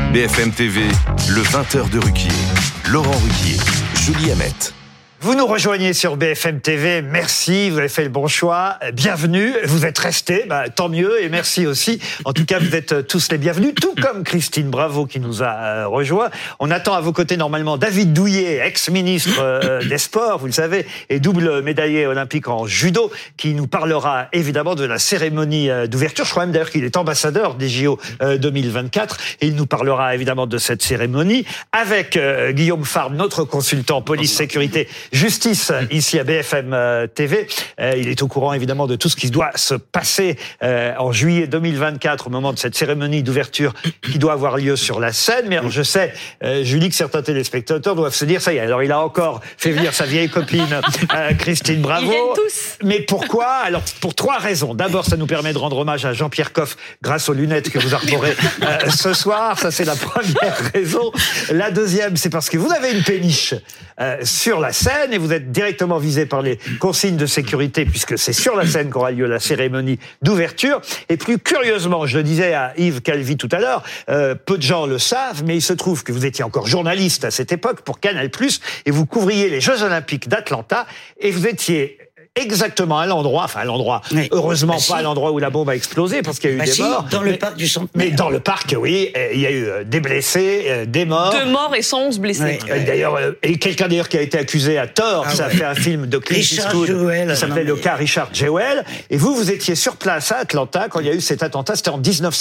BFM TV, le 20h de Ruquier. Laurent Ruquier, Julie Hamet. Vous nous rejoignez sur BFM TV, merci, vous avez fait le bon choix, bienvenue, vous êtes restés, tant mieux et merci aussi. En tout cas, vous êtes tous les bienvenus, tout comme Christine Bravo qui nous a rejoint. On attend à vos côtés normalement David Douillet, ex-ministre des Sports, vous le savez, et double médaillé olympique en judo, qui nous parlera évidemment de la cérémonie d'ouverture. Je crois même d'ailleurs qu'il est ambassadeur des JO 2024 et il nous parlera évidemment de cette cérémonie avec Guillaume Farbe, notre consultant police-sécurité Justice ici à BFM TV. Il est au courant évidemment de tout ce qui doit se passer en juillet 2024 au moment de cette cérémonie d'ouverture qui doit avoir lieu sur la scène. Mais alors, je sais, Julie, que certains téléspectateurs doivent se dire ça y est. Alors il a encore fait venir sa vieille copine Christine Bravo. Ils viennent tous. Mais pourquoi ? Alors pour trois raisons. D'abord, ça nous permet de rendre hommage à Jean-Pierre Coff grâce aux lunettes que vous arborez ce soir. Ça c'est la première raison. La deuxième, c'est parce que vous avez une péniche sur la scène. Et vous êtes directement visé par les consignes de sécurité puisque c'est sur la scène qu'aura lieu la cérémonie d'ouverture. Et plus curieusement, je le disais à Yves Calvi tout à l'heure, peu de gens le savent, mais il se trouve que vous étiez encore journaliste à cette époque pour Canal+, et vous couvriez les Jeux Olympiques d'Atlanta, et vous étiez exactement à l'endroit, oui. Heureusement pas à l'endroit où la bombe a explosé parce qu'il y a eu des morts. Dans le parc du Centenaire. Mais dans le parc, oui, il y a eu des blessés, des morts. 2 morts et 111 blessés. Oui. D'ailleurs, et quelqu'un d'ailleurs qui a été accusé à tort, ça a fait un film de Clint Eastwood qui s'appelait le cas Richard Jewell. Et vous étiez sur place à Atlanta quand il y a eu cet attentat, c'était en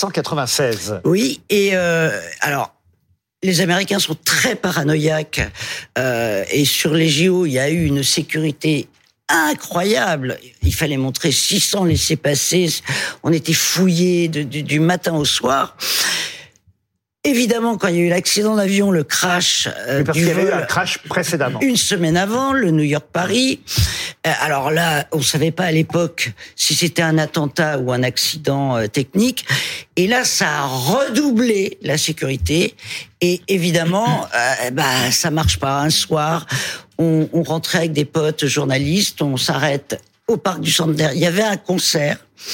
1996. Oui, et alors. Les Américains sont très paranoïaques et sur les JO, il y a eu une sécurité incroyable. Il fallait montrer 600 laissez-passer. On était fouillés du matin au soir. Évidemment, quand il y a eu l'accident d'avion, le crash parce qu'il y avait eu un crash précédemment. Une semaine avant, le New York-Paris. Alors là, on savait pas à l'époque si c'était un attentat ou un accident technique. Et là, ça a redoublé la sécurité. Et évidemment, ça marche pas. Un soir, on rentrait avec des potes journalistes, on s'arrête au parc du Centenaire. Il y avait un concert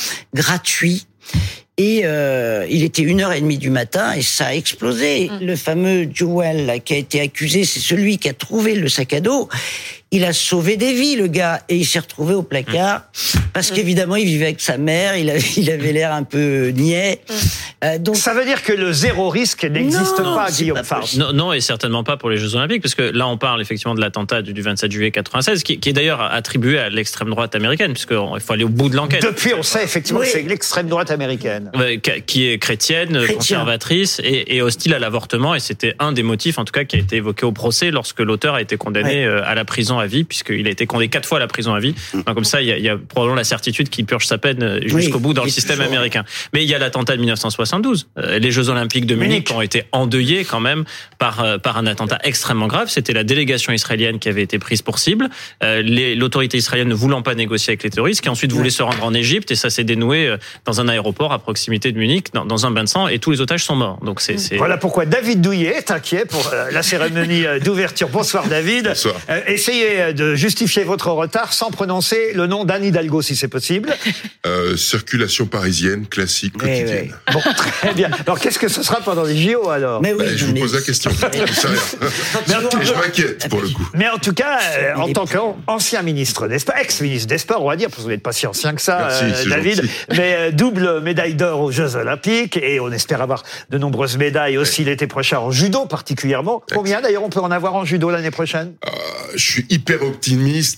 gratuit. Et il était 1h30 du matin et ça a explosé. Le fameux Jewell qui a été accusé, c'est celui qui a trouvé le sac à dos. Il a sauvé des vies, le gars, et il s'est retrouvé au placard parce qu'évidemment, il vivait avec sa mère. Il avait l'air un peu niais. Donc ça veut dire que le zéro risque n'existe pas, Guillaume Farbe. Non, et certainement pas pour les Jeux Olympiques, parce que là, on parle effectivement de l'attentat du 27 juillet 96, qui est d'ailleurs attribué à l'extrême droite américaine, puisqu'il faut aller au bout de l'enquête. Depuis, on sait effectivement que c'est l'extrême droite américaine. Qui est chrétienne, conservatrice et hostile à l'avortement, et c'était un des motifs, en tout cas, qui a été évoqué au procès lorsque l'auteur a été condamné à la prison à vie, puisqu'il a été condamné 4 fois à la prison à vie. Donc, comme ça, il y a probablement la certitude qu'il purge sa peine jusqu'au bout dans le système américain. Mais il y a l'attentat de 1972. Les Jeux Olympiques de Munich ont été endeuillés quand même par un attentat extrêmement grave. C'était la délégation israélienne qui avait été prise pour cible. L'autorité israélienne ne voulant pas négocier avec les terroristes, qui ensuite voulait se rendre en Égypte, et ça s'est dénoué dans un aéroport à proximité de Munich, dans un bain de sang, et tous les otages sont morts. Donc c'est... Voilà pourquoi David Douillet est inquiet pour la cérémonie d'ouverture. Bonsoir David. Bonsoir. Essayez de justifier votre retard sans prononcer le nom d'Anne Hidalgo si c'est possible. Circulation parisienne classique quotidienne. Oui. Bon, très bien. Alors qu'est-ce que ce sera pendant les JO alors ? Mais oui, je vous pose la question. Je sais rien. Je m'inquiète pour le coup. Mais en tout cas, en tant qu'ancien ministre des Sports, ex-ministre des Sports, on va dire, parce que vous n'êtes pas si ancien que ça, merci, David, gentil. mais double médaille d'or aux Jeux Olympiques, et on espère avoir de nombreuses médailles aussi l'été prochain en judo particulièrement. Combien d'ailleurs on peut en avoir en judo l'année prochaine ? Je suis hyper optimiste.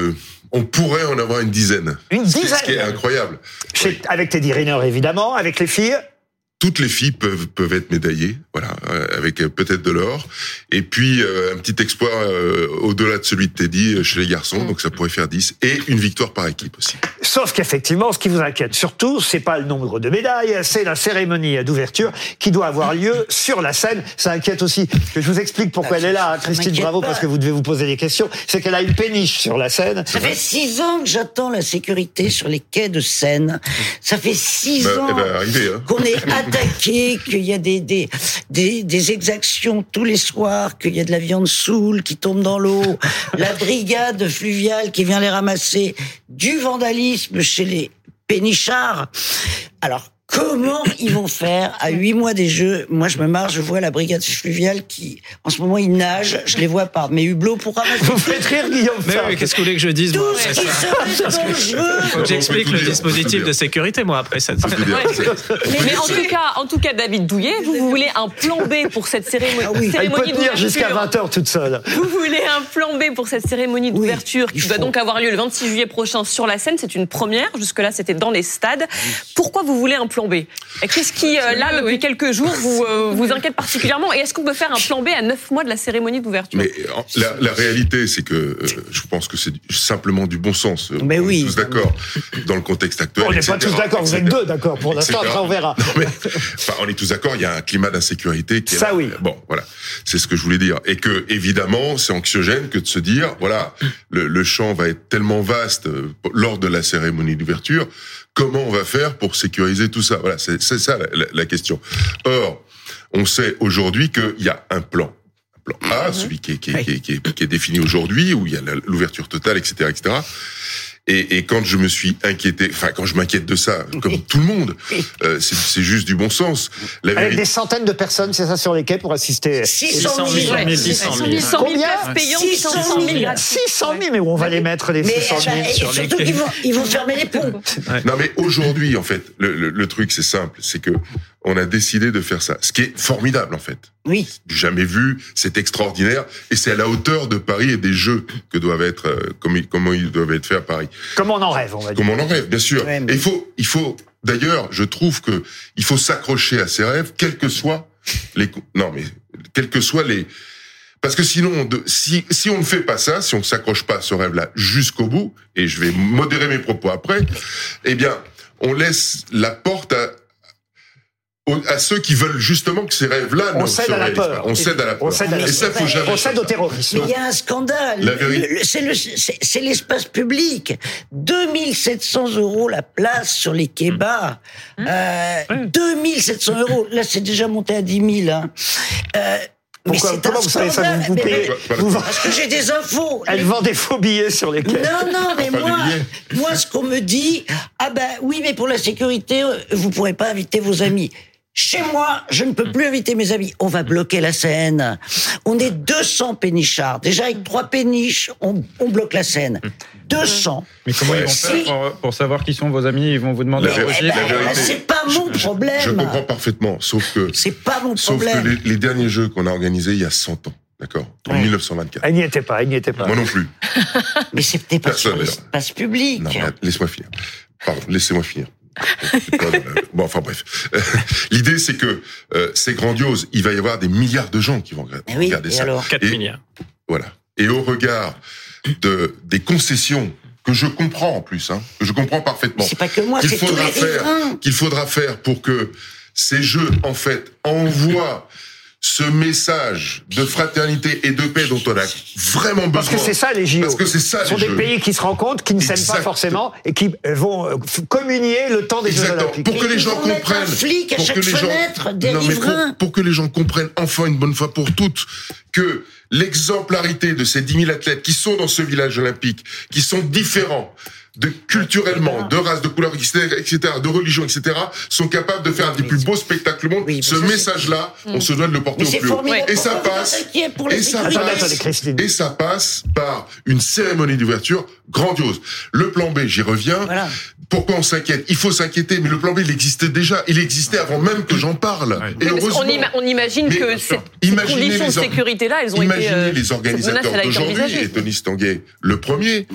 On pourrait en avoir une dizaine. Une dizaine ? Ce qui est incroyable. Avec Teddy Riner évidemment, avec les filles. Toutes les filles peuvent être médaillées, voilà, avec peut-être de l'or. Et puis un petit exploit au-delà de celui de Teddy chez les garçons, donc ça pourrait faire 10. Et une victoire par équipe aussi. Sauf qu'effectivement, ce qui vous inquiète surtout, c'est pas le nombre de médailles, c'est la cérémonie d'ouverture qui doit avoir lieu sur la scène. Ça inquiète aussi. Que je vous explique pourquoi elle est là, Christine Bravo, parce que vous devez vous poser des questions. C'est qu'elle a une péniche sur la scène. Ça fait 6 ans que j'attends la sécurité sur les quais de Seine. Ça fait 6 ans elle va arriver, qu'on est attaqué, qu'il y a des exactions tous les soirs, qu'il y a de la viande saoule qui tombe dans l'eau, la brigade fluviale qui vient les ramasser, du vandalisme chez les pénichards. Alors, Comment ils vont faire à 8 mois des Jeux? Moi, je me marre, je vois la brigade fluviale qui, en ce moment, ils nagent. Je les vois par mes hublots pour ramasser. Vous faites rire, Guillaume Mais Fay. oui, qu'est-ce que vous voulez que je dise, moi, Tout ce après qui ça serait dangereux. Faut que j'explique le dispositif dire. de sécurité, moi, après ça. Mais en tout cas, David Douillet, vous voulez un plan B pour cette cérémonie, Elle peut cérémonie tenir jusqu'à d'ouverture. 20h toute seule. Vous voulez un plan B pour cette cérémonie d'ouverture qui doit donc avoir lieu le 26 juillet prochain sur la Seine. C'est une première. Jusque-là, c'était dans les stades. Pourquoi vous voulez un plan B? Qu'est-ce qui, là, depuis quelques jours, vous inquiète particulièrement? Et est-ce qu'on peut faire un plan B à 9 mois de la cérémonie d'ouverture? Mais la réalité, c'est que je pense que c'est simplement du bon sens. Mais oui. On est tous d'accord dans le contexte actuel. On n'est pas etc., tous d'accord, vous êtes etc. deux d'accord pour l'instant, etc. après on verra. Non, mais, enfin, on est tous d'accord, il y a un climat d'insécurité qui est Ça, là. oui. Bon, voilà. C'est ce que je voulais dire. Et que, évidemment, c'est anxiogène que de se dire, voilà, le champ va être tellement vaste lors de la cérémonie d'ouverture, comment on va faire pour sécuriser tout ça? Voilà, c'est ça la question. Or, on sait aujourd'hui qu'il y a un plan. Plan A, celui qui est défini aujourd'hui, où il y a l'ouverture totale, etc., etc. Et quand je me suis inquiété, enfin quand je m'inquiète de ça, comme tout le monde, c'est juste du bon sens. La Avec vérité, des centaines de personnes, c'est ça, sur les quais pour assister. 600 000. 600 000 Combien places payantes, 600 000. 600 000 gratuites. 600 000, mais où on va les mettre, les Mais 600 000 et sur les surtout quais. qu'ils vont fermer les ponts. non mais aujourd'hui en fait, le truc c'est simple, c'est que on a décidé de faire ça, ce qui est formidable en fait. Oui. Du jamais vu, c'est extraordinaire et c'est à la hauteur de Paris et des jeux que doivent être comment ils doivent être faits à Paris. Comme on en rêve, on va dire. Comme on en rêve, bien sûr. Ouais, mais- Et il faut d'ailleurs, je trouve que il faut s'accrocher à ses rêves, quels que soient les parce que sinon, si on ne fait pas ça, si on ne s'accroche pas à ce rêve-là jusqu'au bout, et je vais modérer mes propos après, eh bien, on laisse la porte à ceux qui veulent justement que ces rêves-là On ne cède se à la réalisent peur. pas. On cède à la peur. On cède à la Et ça, peur. faut jamais On cède faire au ça. terrorisme. Mais il y a un scandale. La vérité. C'est l'espace public. 2700 € la place sur les quais bas. 2700 €. Là, c'est déjà monté à 10 000. Hein. Mais Pourquoi, c'est comment un vous savez ça, scandale. vous coupez Mais- vous- Parce que j'ai des infos. Elle vend des faux billets sur les quais. Non, mais Pas des billets. moi, ce qu'on me dit, oui, mais pour la sécurité, vous pourrez pas inviter vos amis. Chez moi, je ne peux plus inviter mes amis. On va bloquer la Seine. On est 200 pénichards. Déjà, avec 3 péniches, on bloque la Seine. 200. Mais comment ils vont Si. faire pour savoir qui sont vos amis? Ils vont vous demander La leur vérité, registre? la vérité. C'est pas mon problème. Je comprends parfaitement, sauf que C'est pas mon problème. les derniers jeux qu'on a organisés il y a 100 ans, d'accord, en Ouais. 1924. Elle n'y était pas, elle n'y était pas. Moi non plus. Mais c'était pas Personne, sur d'ailleurs. l'espace public. Non, mais laisse-moi finir. Pardon, laissez-moi finir. Bon, enfin bref. L'idée, c'est que c'est grandiose. Il va y avoir des milliards de gens qui vont Eh oui, regarder et ça. alors 4 Et- milliards. Voilà. Et au regard des concessions que je comprends en plus, que je comprends parfaitement, C'est pas que moi, c'est tous les qu'il faudra faire pour que ces jeux, en fait, envoient ce message de fraternité et de paix dont on a vraiment besoin. Parce que c'est ça les JO. Parce que c'est ça Ce sont les des jeux. pays qui se rencontrent, qui ne s'aiment pas Exact. forcément et qui vont communier le temps des Jeux Exactement. Olympiques. Pour que les Ils gens vont mettre comprennent. un flic à pour chaque que les gens- fenêtre, des Non, mais riverains. pour que les gens comprennent enfin une bonne fois pour toutes que l'exemplarité de ces 10 000 athlètes qui sont dans ce village olympique, qui sont différents culturellement, de race, de couleur, etc., de religion, etc., sont capables de faire un des plus beaux spectacles au monde. Oui, mais Ce ça, c'est- message-là, on se doit de le porter Mais au c'est plus haut. formidable. Et ça Pourquoi vous passe. êtes inquiet pour la Et ça sécurité? Attendez, Christine. Et ça passe par une cérémonie d'ouverture grandiose. Le plan B, j'y reviens. Voilà. Pourquoi on s'inquiète? Il faut s'inquiéter, mais le plan B, il existait déjà. Il existait avant même que j'en parle. Ouais. Et Oui, parce heureusement. on imagine Mais, que bien sûr. ces Imaginez conditions de les or- sécurité-là, elles ont été... Imaginez les cette organisateurs menace, elle a été d'aujourd'hui, envisagée. et Tony Stanguet, le premier,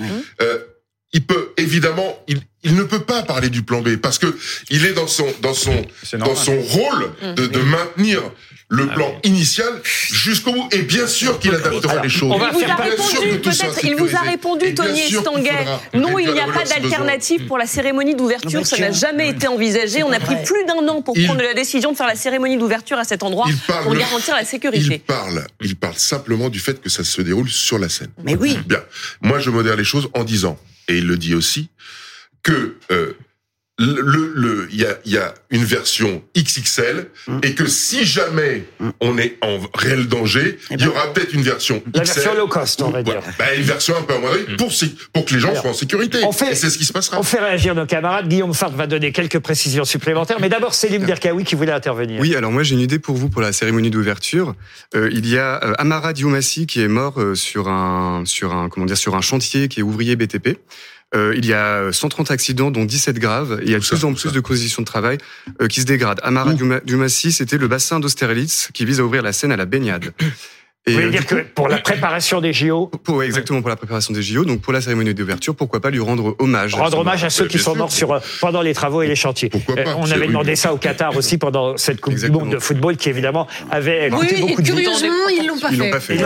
il peut, évidemment, il ne peut pas parler du plan B, parce que il est dans son C'est normal. rôle de maintenir le plan initial jusqu'au bout, et bien sûr qu'il adaptera les choses. on va Il vous a Bien sûr que répondu, tout sera peut-être, il vous a sécurisé. répondu, Et bien Tony sûr qu'il Stanguet. faudra Non, il n'y a réduire pas si besoin. d'alternative pour la cérémonie d'ouverture. Non, mais Ça n'a tiens. jamais été envisagé. On a pris vrai. plus d'1 an pour Il- prendre la décision de faire la cérémonie d'ouverture à cet endroit Il parle- pour garantir la sécurité. Il parle simplement du fait que ça se déroule sur la scène. Mais oui. Bien. Moi, je modère les choses en disant, et il le dit aussi, que il y a une version XXL et que si jamais on est en réel danger, il y aura peut-être une version XL. La version low cost, on va dire. Une version un peu amoindrie pour que les gens soient en sécurité. Et c'est ce qui se passera. On fait réagir nos camarades. Guillaume Fart va donner quelques précisions supplémentaires. Mais d'abord, Selim Derkaoui qui voulait intervenir. Oui, alors moi j'ai une idée pour vous pour la cérémonie d'ouverture. Il y a Amara Diomassi qui est mort sur un chantier, qui est ouvrier BTP. Il y a 130 accidents, dont 17 graves. Et il y a de plus en plus de conditions de travail qui se dégradent. Amara Diomassi, c'était le bassin d'Austerlitz qui vise à ouvrir la Seine à la baignade. Vous voulez dire que pour la préparation des JO Exactement, pour la préparation des JO. Donc pour la cérémonie d'ouverture, pourquoi pas lui rendre hommage. Rendre hommage à ceux qui sont morts pendant les travaux et les chantiers. On avait demandé ça au Qatar aussi pendant cette Coupe du Monde de football qui évidemment avait coûté beaucoup de vie. Curieusement, ils l'ont pas fait.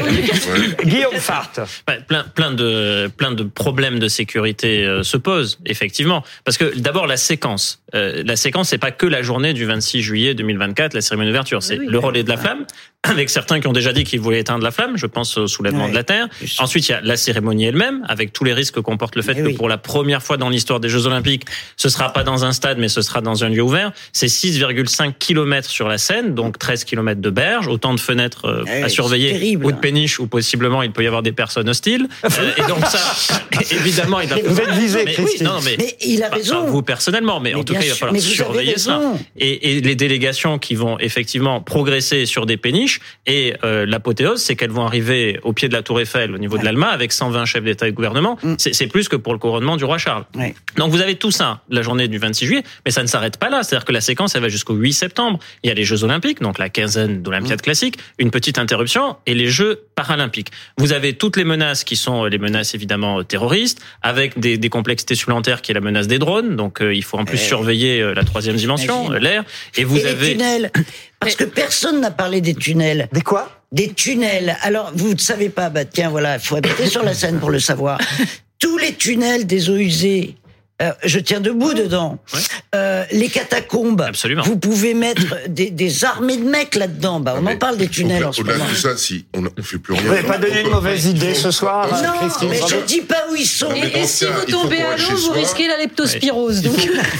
Guillaume Fart. Plein de problèmes de sécurité se posent, effectivement. Parce que d'abord, la séquence, c'est pas que la journée du 26 juillet 2024, la cérémonie d'ouverture. C'est le relais de la flamme, avec certains qui ont déjà dit qu'ils voulaient éteindre la flamme, je pense au soulèvement de la Terre. Ensuite, il y a la cérémonie elle-même, avec tous les risques que comporte le fait que pour la première fois dans l'histoire des Jeux Olympiques, ce sera pas dans un stade, mais ce sera dans un lieu ouvert. C'est 6,5 km sur la Seine, donc 13 km de berge, autant de fenêtres à surveiller, ou de péniches où possiblement il peut y avoir des personnes hostiles. Et donc ça, évidemment, il va vous êtes visé, Christine. Mais il a raison. Pas vous personnellement, mais en tout cas, il va falloir surveiller ça. Et les délégations qui vont effectivement progresser sur des péniches, et l'apothéose, c'est qu'elles vont arriver au pied de la Tour Eiffel, au niveau de l'Alma, avec 120 chefs d'État et de gouvernement. C'est plus que pour le couronnement du roi Charles. Donc vous avez tout ça, la journée du 26 juillet, mais ça ne s'arrête pas là. C'est-à-dire que la séquence, elle va jusqu'au 8 septembre. Il y a les Jeux Olympiques, donc la quinzaine d'Olympiades classiques, une petite interruption, et les Jeux Paralympiques. Vous avez toutes les menaces qui sont les menaces évidemment terroristes, avec des complexités supplémentaires qui est la menace des drones. Donc il faut en plus surveiller la troisième dimension, l'air. Et les tunnels. Parce que personne n'a parlé des tunnels. Des quoi? Des tunnels. Alors, vous ne savez pas, tiens, voilà, il faut habiter sur la Seine pour le savoir. Tous les tunnels des eaux usées, je tiens debout dedans. Les catacombes. Absolument. Vous pouvez mettre des armées de mecs là-dedans. On en parle des tunnels en ce moment. Au-delà de ça, si on ne fait plus rien. Vous n'avez pas donné une mauvaise idée ce soir, Christine? Mais je ne dis pas où ils sont. Et si vous tombez à l'eau, vous risquez la leptospirose. Donc.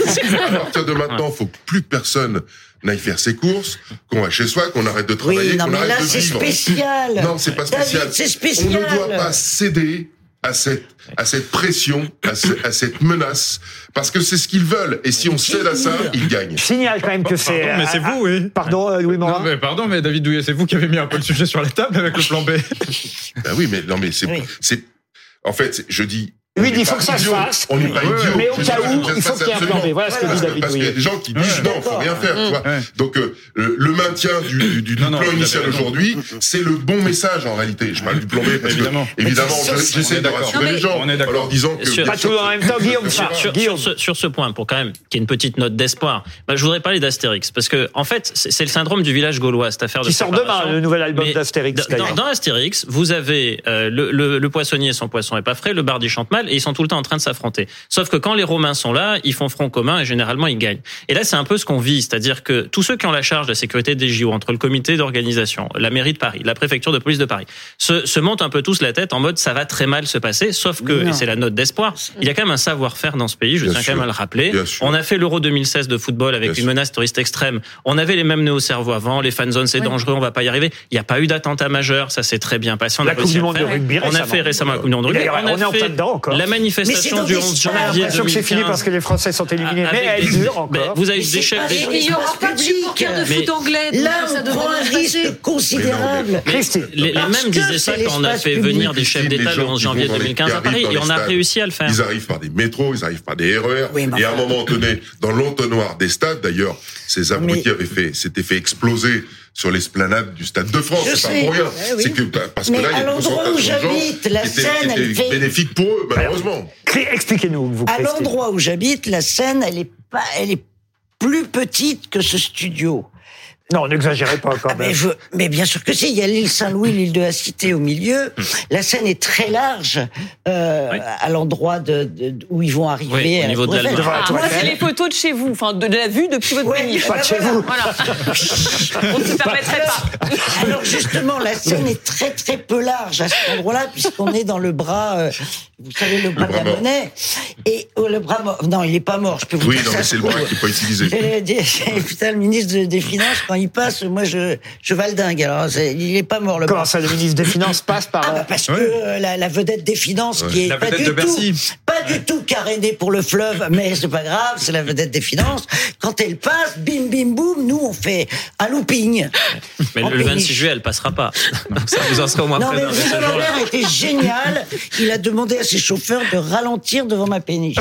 À partir de maintenant, il faut que plus personne n'aille faire ses courses, qu'on va chez soi, qu'on arrête de travailler, qu'on arrête de vivre. C'est spécial. Non, c'est pas spécial. David, c'est spécial. On ne doit pas céder à cette pression, à cette menace, parce que c'est ce qu'ils veulent. Et si on cède à ça, ils gagnent. Je signale quand même que c'est... Pardon, mais c'est vous, oui. Pardon, Louis Morin. Pardon, mais David Douillet, c'est vous qui avez mis un peu le sujet sur la table avec le plan B. Oui, mais c'est... En fait, je dis... Oui, il faut que ça se fasse. On n'est pas idiot. Mais au cas où, il faut qu'il y ait un plan B. Voilà ce que dit David. Parce qu'il y a des gens qui disent non, faut rien faire. Tu vois. Donc le maintien du plan initial aujourd'hui, c'est le bon message en réalité. Je parle du plan B parce que évidemment, j'essaie de rassurer les gens en leur disant que pas tout en même temps. Guillaume, sur ce point, pour quand même qu'il y ait une petite note d'espoir, je voudrais parler d'Astérix parce que en fait, c'est le syndrome du village gaulois, cette affaire de qui sort demain, le nouvel album d'Astérix. Dans Astérix, vous avez le poissonnier, son poisson est pas frais, le barde il chante mal. Et ils sont tout le temps en train de s'affronter. Sauf que quand les Romains sont là, ils font front commun et généralement ils gagnent. Et là, c'est un peu ce qu'on vit, c'est-à-dire que tous ceux qui ont la charge de la sécurité des JO, entre le comité d'organisation, la mairie de Paris, la préfecture de police de Paris, se montent un peu tous la tête en mode ça va très mal se passer. Sauf que, et c'est la note d'espoir, il y a quand même un savoir-faire dans ce pays. Je tiens quand même à le rappeler. On a fait l'Euro 2016 de football avec une menace terroriste extrême. On avait les mêmes nœuds au cerveau avant. Les fan zones, c'est dangereux. On va pas y arriver. Il n'y a pas eu d'attentat majeur. Ça s'est très bien passé. On a réussi à le faire. On a fait récemment la Coupe du Monde de rugby. On est en plein dedans encore. La manifestation du 11 janvier 2015. Que c'est fini parce que les Français sont éliminés, mais elle dure encore. Vous avez des chefs d'État. Il n'y aura pas de supporters de foot anglais. Là, on prend un risque considérable. Les mêmes disaient ça quand on a fait venir des chefs d'État le 11 janvier 2015 à Paris et on a réussi à le faire. Ils arrivent par des métros, ils arrivent par des RER. Et à un moment donné, dans l'entonnoir des stades, d'ailleurs, ces abrutis s'étaient fait exploser sur l'esplanade du Stade de France. C'est pas pour rien. C'est que, parce que là, il y a une concentration de gens qui était bénéfique pour eux, malheureusement. Expliquez-nous, vous. À l'endroit où j'habite, la Seine, elle est plus petite que ce studio. Non, n'exagérez pas quand même. Mais bien sûr que si. Il y a l'île Saint-Louis, l'île de la Cité au milieu. La Seine est très large à l'endroit où ils vont arriver. Oui, au niveau de l'Alma. Moi, c'est les photos de chez vous, enfin de la vue depuis votre péniche. Pas de chez vous. Voilà. On ne se permettrait pas. Alors justement, la Seine est très très peu large à cet endroit-là, puisqu'on est dans le bras, vous savez, le bras de la Monnaie. Et le bras mort. Non, il est pas mort. Je peux vous dire non, ça. mais c'est le bras qui n'est pas utilisé. Putain, le ministre des Finances, quand il passe, moi je valdingue. Alors, il est pas mort le bras. Comment ça, le ministre des Finances passe par... Parce que la vedette des Finances, qui est La vedette de Bercy. pas du tout carénée pour le fleuve, mais c'est pas grave, c'est la vedette des Finances. Quand elle passe, bim bim boum, nous on fait un looping. Mais le 26 juillet, elle passera pas. Donc ça vous en sera au moins Non, mais préservé ce Bruno Le jour-là. Maire était génial. Il a demandé à ses chauffeurs de ralentir devant ma péniche.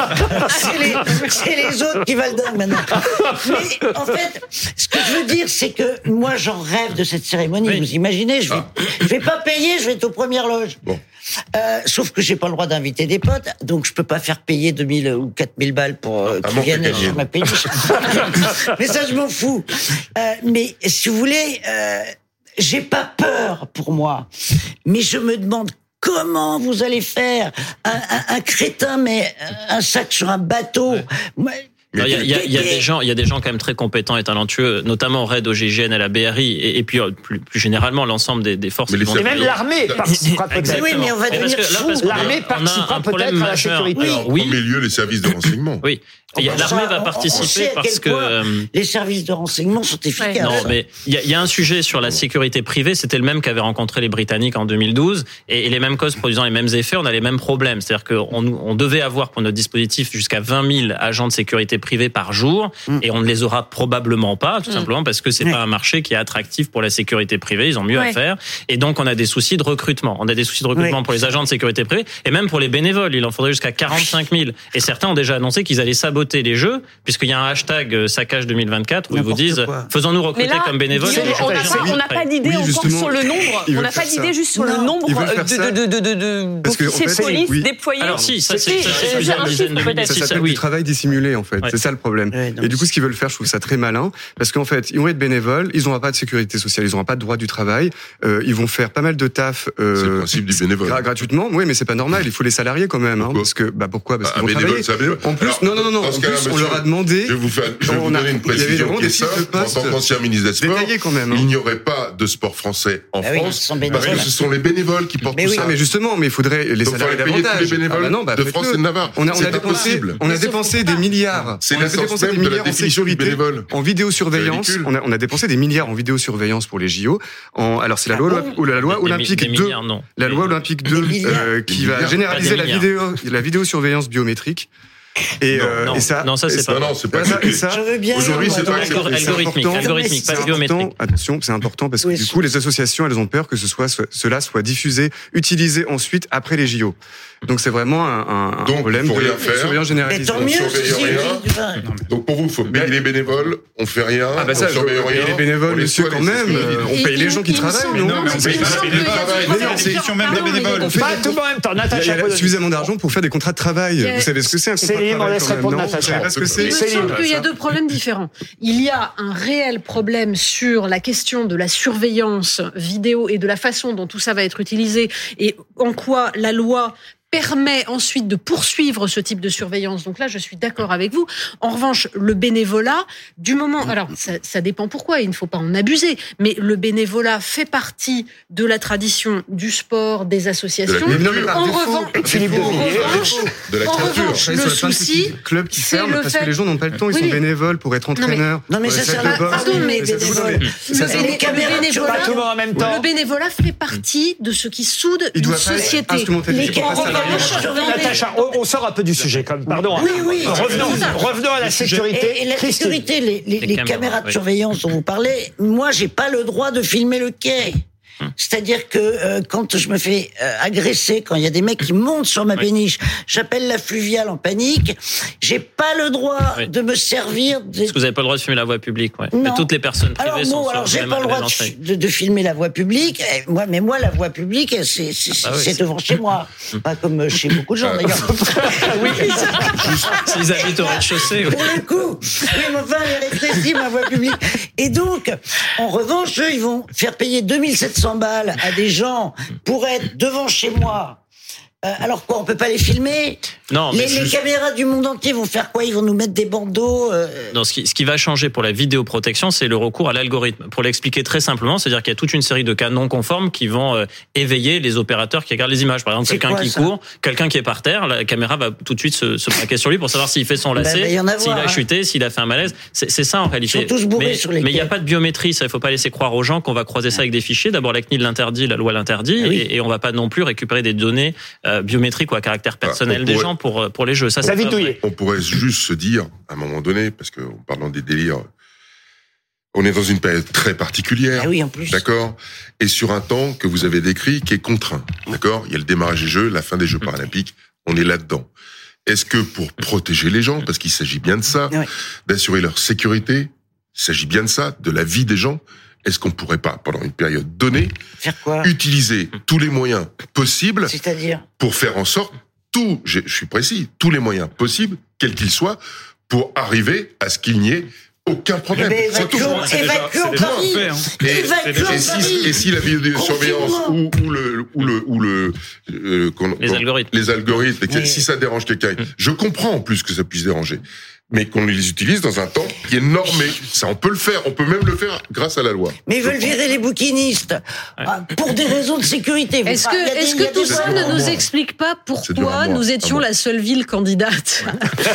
C'est les autres qui valdinguent maintenant. Mais en fait, ce que je veux dire, c'est que moi, j'en rêve de cette cérémonie. Oui. Vous imaginez, je vais pas payer, je vais être aux premières loges. Bon. Sauf que j'ai pas le droit d'inviter des potes, donc je peux pas faire payer 2000 ou 4000 balles pour qu'ils viennent sur ma péniche. Mais ça, je m'en fous. Mais si vous voulez, j'ai pas peur pour moi. Mais je me demande comment vous allez faire. Un crétin met un sac sur un bateau. Moi, Il y a des gens quand même très compétents et talentueux, notamment au RAID, au GIGN, à la BRI, et puis plus généralement l'ensemble des forces. Mais qui vont Et même l'armée participera peut-être. Oui, mais on va devenir fou. L'armée participera peut-être à la sécurité. En premier lieu, les services de renseignement. Oui. L'armée va participer parce que les services de renseignement sont efficaces. non, mais il y a un sujet sur la sécurité privée. C'était le même qu'avaient rencontré les Britanniques en 2012, et les mêmes causes produisant les mêmes effets, on a les mêmes problèmes. C'est-à-dire qu'on devait avoir pour notre dispositif jusqu'à 20 000 agents de sécurité privée par jour, et on ne les aura probablement pas, tout simplement parce que c'est pas un marché qui est attractif pour la sécurité privée. Ils ont mieux à faire, et donc on a des soucis de recrutement. On a des soucis de recrutement pour les agents de sécurité privée, et même pour les bénévoles. Il en faudrait jusqu'à 45 000. Et certains ont déjà annoncé qu'ils allaient saboter les jeux, puisqu'il y a un hashtag saccage 2024 où ils vous disent faisons-nous recruter comme bénévoles. On n'a pas d'idée encore sur le nombre. On n'a pas d'idée juste sur le nombre d'officiers de police déployés. Alors si, ça c'est plusieurs dizaines de milliers. Ça s'appelle du travail dissimulé en fait. C'est ça le problème. Et du coup, ce qu'ils veulent faire, je trouve ça très malin, parce qu'en fait, ils vont être bénévoles, ils n'auront pas de sécurité sociale, ils n'auront pas de droit du travail, ils vont faire pas mal de taf. C'est le principe du bénévole. Gratuitement, oui, mais c'est pas normal. Il faut les salarier quand même, parce que pourquoi? Parce qu'ils vont travailler. En plus, non. En plus, on leur a demandé. Je vais vous donner une précision qui est simple. En tant qu'ancien ministre des Sports, il n'y aurait pas de sport français en France parce que ce sont les bénévoles qui portent tout ça. Mais justement, mais il faudrait les salarier davantage. Tous les bénévoles de France et de Navarre. On a dépensé des milliards. C'est l'essence même de la définition du bénévole. En vidéosurveillance, on a dépensé des milliards en vidéosurveillance pour les JO. Alors c'est la loi olympique 2, la loi olympique 2 qui va généraliser la vidéosurveillance biométrique. Et ça c'est pas. Non, c'est pas ça. Aujourd'hui, c'est pas algorithmique, pas biométrique. Attention, c'est important parce que du coup, les associations, elles ont peur que cela soit diffusé, utilisé ensuite après les JO. Donc c'est vraiment un problème de surveillance généralisée. Tant mieux. Donc pour vous, il faut payer les bénévoles, on fait rien, on surveille rien. Les bénévoles, monsieur, quand même, on paye les gens qui travaillent, non? Non, mais on paye pas les bénévoles. C'est l'édition même des bénévoles. Pas tout en même temps. Natacha, il y a suffisamment d'argent pour faire des contrats de travail. Vous savez ce que c'est un contrat de travail? On laisse répondre Natacha. Il me semble qu'il y a deux problèmes différents. Il y a un réel problème sur la question de la surveillance vidéo et de la façon dont tout ça va être utilisé et en quoi la loi permet ensuite de poursuivre ce type de surveillance. Donc là, je suis d'accord avec vous. En revanche, le bénévolat, du moment... Alors, ça dépend pourquoi, il ne faut pas en abuser, mais le bénévolat fait partie de la tradition du sport, des associations. En revanche, le souci, club qui ferme parce que les gens n'ont pas le temps, ils sont bénévoles pour être entraîneurs. Non, mais ça sert à pardon, mais le bénévolat fait partie de ce qui soude une société. Natacha, on sort un peu du sujet, quand même. Pardon. Oui. Revenons à la sécurité. Et la sécurité, les caméras de surveillance dont vous parlez, moi, j'ai pas le droit de filmer le quai. C'est-à-dire que quand je me fais agresser, quand il y a des mecs qui montent sur ma péniche, j'appelle la fluviale en panique. J'ai pas le droit de me servir. Parce que vous n'avez pas le droit de filmer la voie publique. Ouais. Mais toutes les personnes privées sont sur j'ai pas le droit de filmer la voie publique. Moi, la voie publique, c'est devant chez moi, pas comme chez beaucoup de gens d'ailleurs. Oui, s'ils habitent au rez-de-chaussée. Pour le coup, oui, mais enfin, elle est rétrécie, ma voie publique. Et donc, en revanche, eux, ils vont faire payer 2700 balles à des gens pour être devant chez moi. Alors quoi, on peut pas les filmer? Non, mais les caméras du monde entier vont faire quoi? Ils vont nous mettre des bandeaux Non, ce qui va changer pour la vidéoprotection, c'est le recours à l'algorithme. Pour l'expliquer très simplement, c'est-à-dire qu'il y a toute une série de cas non conformes qui vont éveiller les opérateurs qui regardent les images. Par exemple, quelqu'un qui court, quelqu'un qui est par terre, la caméra va tout de suite se braquer sur lui pour savoir s'il fait son lacet, s'il a chuté, s'il a fait un malaise. C'est ça en réalité. Ils sont tous bourrés sur les mais il n'y a pas de biométrie, ça il faut pas laisser croire aux gens qu'on va croiser ça avec des fichiers. D'abord, la CNIL l'interdit, la loi l'interdit, et on va pas non plus récupérer des données biométriques ou à caractère personnel des gens pour les jeux. Ça, on pourrait juste se dire, à un moment donné, parce que en parlant des délires, on est dans une période très particulière. Ah oui, en plus. D'accord? Et sur un temps que vous avez décrit qui est contraint. D'accord? Il y a le démarrage des Jeux, la fin des Jeux paralympiques. On est là-dedans. Est-ce que pour protéger les gens, parce qu'il s'agit bien de ça, d'assurer leur sécurité, il s'agit bien de ça, de la vie des gens, est-ce qu'on pourrait pas, pendant une période donnée, faire quoi? Utiliser tous les moyens possibles, c'est-à-dire pour faire en sorte, je suis précis, tous les moyens possibles, quels qu'ils soient, pour arriver à ce qu'il n'y ait aucun problème. Évacuons Paris. Et si la vidéosurveillance les algorithmes, si ça dérange quelqu'un, je comprends en plus que ça puisse déranger. Mais qu'on les utilise dans un temps qui est normé. Ça, on peut le faire. On peut même le faire grâce à la loi. Mais ils veulent virer les bouquinistes pour des raisons de sécurité. Est-ce que tout ça ne nous explique pas pourquoi nous étions la seule ville candidate?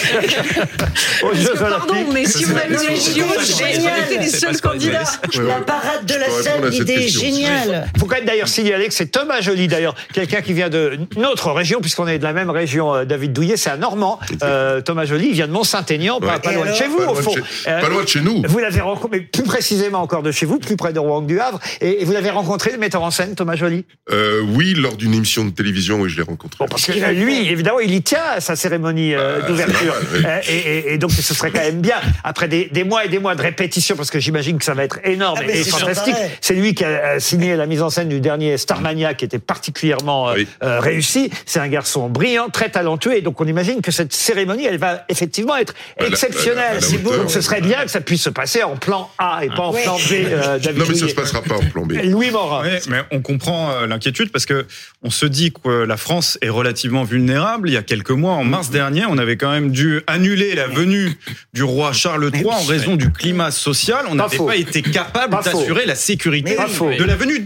Pardon, mais si on a eu les JO, on était les seuls candidats. La parade de la Seine, l'idée est géniale. Il faut quand même d'ailleurs signaler que c'est Thomas Joly, d'ailleurs, quelqu'un qui vient de notre région, puisqu'on est de la même région, David Douillet, c'est un Normand. Thomas Joly vient de Mont-Saint-Aignan. Pas loin de chez vous, au fond. Pas loin de chez nous. Vous l'avez rencontré, mais plus précisément encore de chez vous, plus près de Rouen du Havre. Et vous l'avez rencontré, le metteur en scène, Thomas Joly? Oui, lors d'une émission de télévision, je l'ai rencontré. Bon, parce que lui, évidemment, il y tient à sa cérémonie d'ouverture. Et donc, ce serait quand même bien, après des mois et des mois de répétition, parce que j'imagine que ça va être énorme et fantastique. C'est lui qui a signé la mise en scène du dernier Starmania, qui était particulièrement réussi. C'est un garçon brillant, très talentueux. Et donc, on imagine que cette cérémonie, elle va effectivement être exceptionnel. Donc ce serait bien que ça puisse se passer en plan A et pas en plan B. David non, mais ça se passera pas en plan B. Louis Morin. Oui, mais on comprend l'inquiétude parce que on se dit que la France est relativement vulnérable. Il y a quelques mois, en mars dernier, on avait quand même dû annuler la venue du roi Charles III en raison du climat social. On n'avait pas été capable d'assurer la sécurité de la venue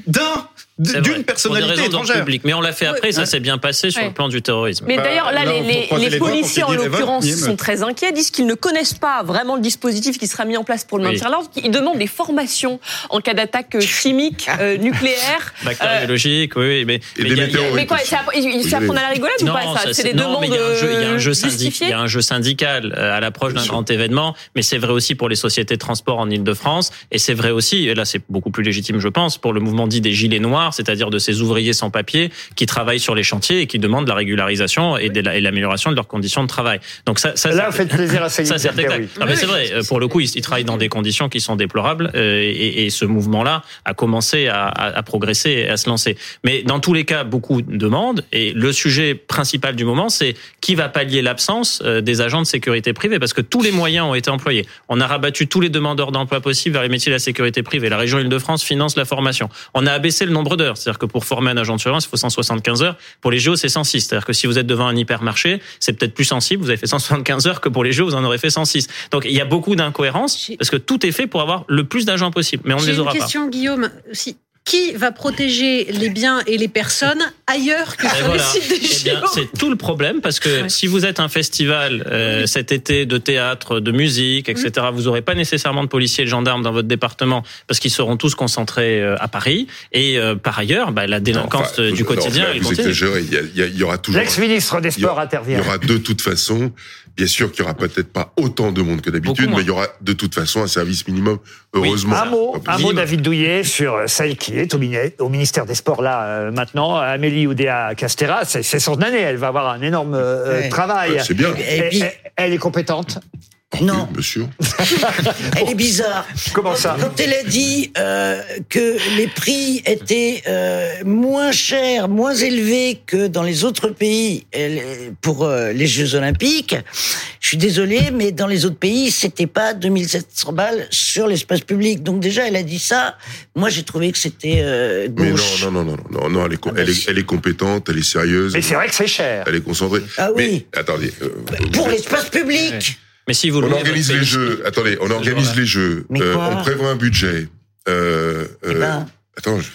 d'une personnalité étrangère. Public. Mais on l'a fait après, ça s'est bien passé sur le plan du terrorisme. Mais d'ailleurs, là, les policiers, en l'occurrence, sont très inquiets, disent qu'ils ne connaissent pas vraiment le dispositif qui sera mis en place pour le maintien de l'ordre. Ils demandent des formations en cas d'attaque chimique, nucléaire. Bactériologique, oui. Mais quoi, c'est à prendre à la rigolade ou pas, ça? C'est des demandes justifiées. Il y a un jeu syndical à l'approche d'un grand événement, mais c'est vrai aussi pour les sociétés de transport en Ile-de-France, et c'est vrai aussi, et là c'est beaucoup plus légitime, je pense, pour le mouvement dit des Gilets Noirs, c'est-à-dire de ces ouvriers sans papier qui travaillent sur les chantiers et qui demandent la régularisation et l'amélioration de leurs conditions de travail. Donc ça là, vous faites plaisir à Céline. Ça, c'est exact. C'est vrai. Pour le coup, ils travaillent dans des conditions qui sont déplorables et ce mouvement-là a commencé à progresser et à se lancer. Mais dans tous les cas, beaucoup demandent et le sujet principal du moment, c'est qui va pallier l'absence des agents de sécurité privée parce que tous les moyens ont été employés. On a rabattu tous les demandeurs d'emploi possibles vers les métiers de la sécurité privée. La région Île-de-France finance la formation. On a abaissé le nombre d'heures. C'est-à-dire que pour former un agent de surveillance, il faut 175 heures. Pour les JO, c'est 106. C'est-à-dire que si vous êtes devant un hypermarché, c'est peut-être plus sensible. Vous avez fait 175 heures que pour les JO, vous en aurez fait 106. Donc, il y a beaucoup d'incohérences parce que tout est fait pour avoir le plus d'agents possible. Mais on ne les aura pas. J'ai une question, Guillaume. Qui va protéger les biens et les personnes ailleurs que sur les sites des JO? C'est tout le problème parce que si vous êtes un festival cet été de théâtre, de musique, etc., vous n'aurez pas nécessairement de policiers et de gendarmes dans votre département parce qu'ils seront tous concentrés à Paris. Et par ailleurs, la délinquance du quotidien, elle continue. Il y aura toujours... L'ex-ministre des Sports intervient. Il y aura de toute façon... Bien sûr qu'il n'y aura peut-être pas autant de monde que d'habitude, mais il y aura de toute façon un service minimum, heureusement. Un mot, David Douillet, sur celle qui qui est au ministère des Sports là maintenant. Amélie Oudéa-Castéra, c'est son année. Elle va avoir un énorme travail. C'est bien. Elle est compétente. Non. Monsieur. Elle est bizarre. Comment ça ? Quand elle a dit que les prix étaient moins chers, moins élevés que dans les autres pays pour les Jeux Olympiques, je suis désolé, mais dans les autres pays, c'était pas 2700 balles sur l'espace public. Donc déjà, elle a dit ça. Moi, j'ai trouvé que c'était gauche. Mais non, elle est compétente, elle est sérieuse. Mais c'est vrai que c'est cher. Elle est concentrée. Ah oui. Mais attendez. Pour l'espace public. Ouais. Mais si vous on organise les jeux. Attendez, on organise les jeux. On prévoit un budget. Attends.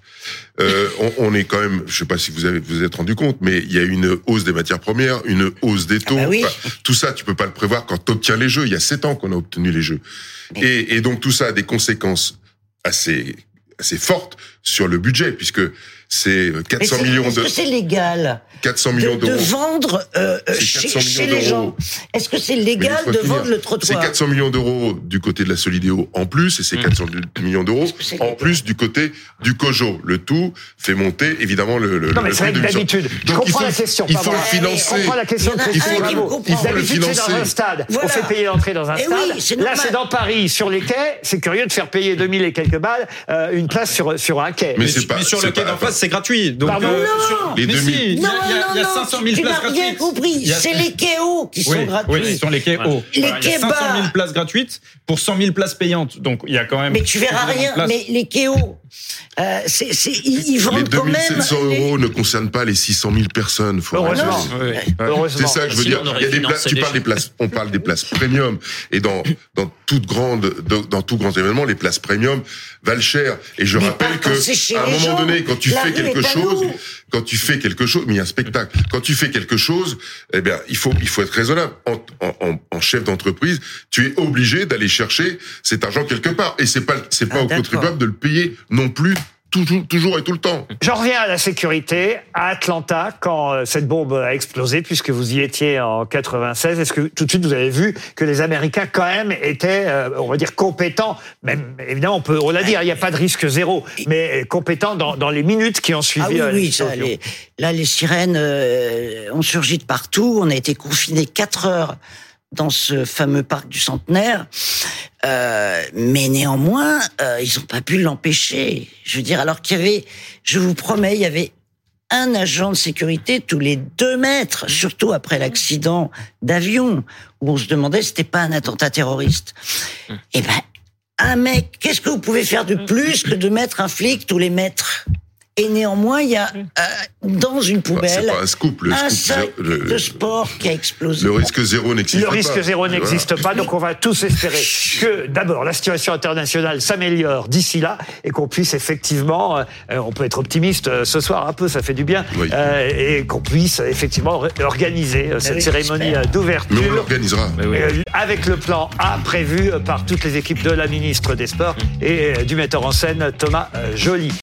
On est quand même, je sais pas si vous êtes rendu compte, mais il y a une hausse des matières premières, une hausse des taux. Oui. Enfin, tout ça, tu peux pas le prévoir quand tu obtiens les jeux. Il y a 7 ans qu'on a obtenu les jeux. Et donc tout ça a des conséquences assez fortes sur le budget, puisque c'est 400 millions Est-ce que c'est légal 400 millions d'euros. De vendre chez les gens. Est-ce que c'est légal de vendre le trottoir ? C'est 400 millions d'euros du côté de la Solidéo en plus, et c'est 400 millions d'euros en plus du côté du COJO. Le tout fait monter, évidemment, le non, mais c'est vrai que d'habitude, je comprends la question. Il faut le financer. Je comprends la question. Il faut le financer. C'est dans un stade. On fait payer l'entrée dans un stade. Là, c'est dans Paris, sur les quais. C'est curieux de faire payer 2000 et quelques balles une place sur un quai. Mais sur le quai d'en face, c'est gratuit. Donc, les 2000. Il y a 500 000 places gratuites. Tu n'as rien compris. C'est les quais hauts qui sont gratuits. Oui, ce sont les quais hauts. Les quais bas. 500 000 places gratuites pour 100 000 places payantes. Donc, il y a quand même. Mais tu verras rien. Mais les quais hauts, ils vendent quand même. Les 2700 euros ne concernent pas les 600 000 personnes. Heureusement. C'est ça que je veux dire. Il y a des places. Tu parles des places. On parle des places premium. Et dans tout grand événement, les places premium valent cher. Et je rappelle que à un moment donné, quand tu fais quelque chose, mais il y a un spectacle. Quand tu fais quelque chose, eh bien, il faut être raisonnable. En chef d'entreprise, tu es obligé d'aller chercher cet argent quelque part. Et c'est pas au contribuable de le payer non plus. Toujours et tout le temps. J'en reviens à la sécurité. À Atlanta, quand cette bombe a explosé, puisque vous y étiez en 96, est-ce que tout de suite vous avez vu que les Américains quand même étaient, on va dire, compétents, même évidemment on l'a dit, il n'y a pas de risque zéro, mais compétents dans les minutes qui ont suivi l'explosion. Là, les sirènes ont surgi de partout. On a été confinés 4 heures dans ce fameux parc du Centenaire. Mais néanmoins, ils n'ont pas pu l'empêcher. Je veux dire, alors qu'il y avait, je vous promets, il y avait un agent de sécurité tous les 2 mètres, surtout après l'accident d'avion, où on se demandait si c'était pas un attentat terroriste. Eh ben, un mec, qu'est-ce que vous pouvez faire de plus que de mettre un flic tous les mètres ? Et néanmoins, il y a dans une poubelle c'est pas un scoop, un sac de sport qui a explosé. Le risque zéro n'existe pas. Le risque zéro n'existe pas, donc on va tous espérer que d'abord la situation internationale s'améliore d'ici là et qu'on puisse effectivement, on peut être optimiste ce soir un peu, ça fait du bien, et qu'on puisse effectivement organiser cette cérémonie d'ouverture. Mais on l'organisera. Avec le plan A prévu par toutes les équipes de la ministre des Sports et du metteur en scène Thomas Joly.